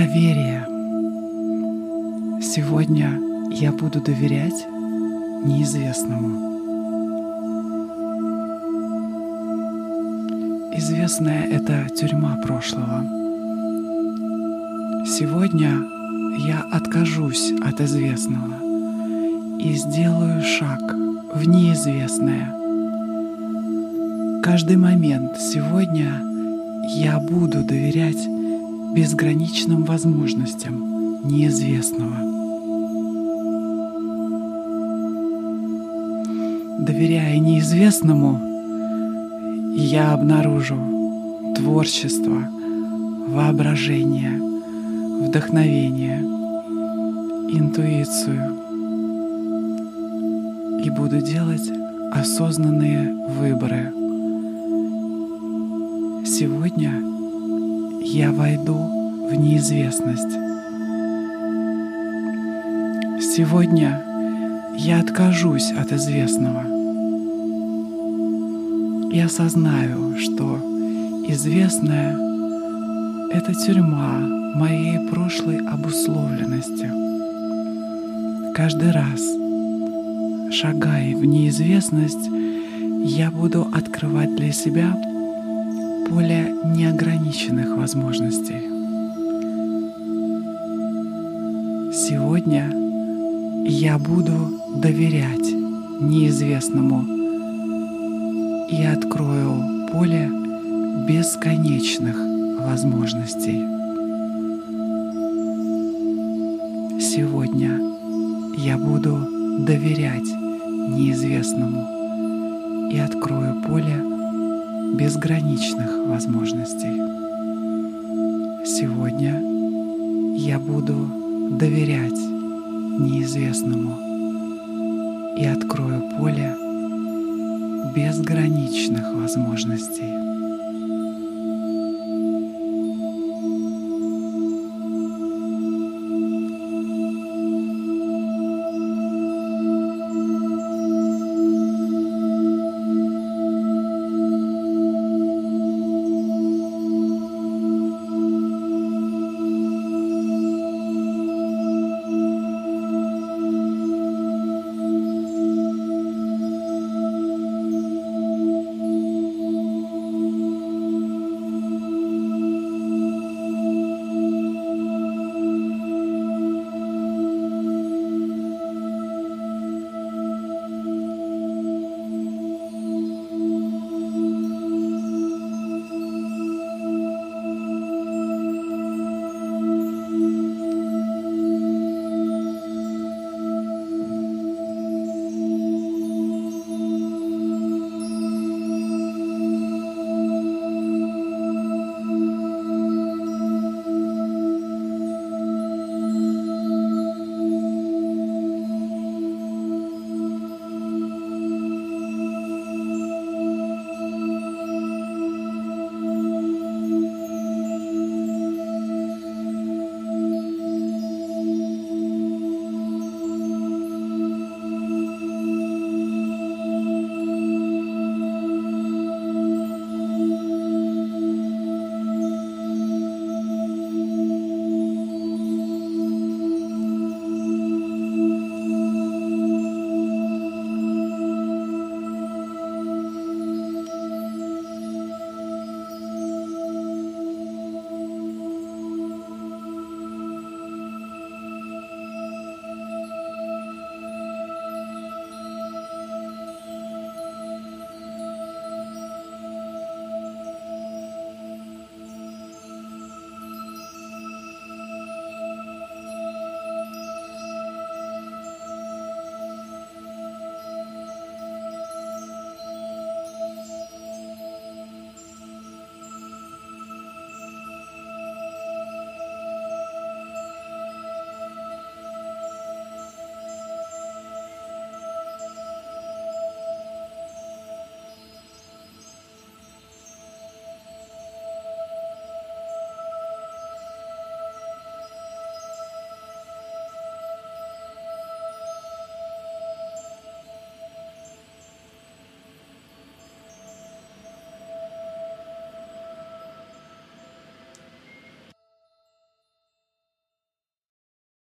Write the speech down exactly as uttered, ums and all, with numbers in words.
Доверие. Сегодня я буду доверять неизвестному. Известная — это тюрьма прошлого. Сегодня я откажусь от известного и сделаю шаг в неизвестное. Каждый момент сегодня я буду доверять безграничным возможностям неизвестного. Доверяя неизвестному, я обнаружу творчество, воображение, вдохновение, интуицию и буду делать осознанные выборы. Сегодня я войду в неизвестность. Сегодня я откажусь от известного и осознаю, что известное — это тюрьма моей прошлой обусловленности. Каждый раз, шагая в неизвестность, я буду открывать для себя поле неограниченных возможностей. Сегодня я буду доверять неизвестному и открою поле бесконечных возможностей. Сегодня я буду доверять неизвестному и открою поле безграничных возможностей. Сегодня я буду доверять неизвестному и открою поле безграничных возможностей.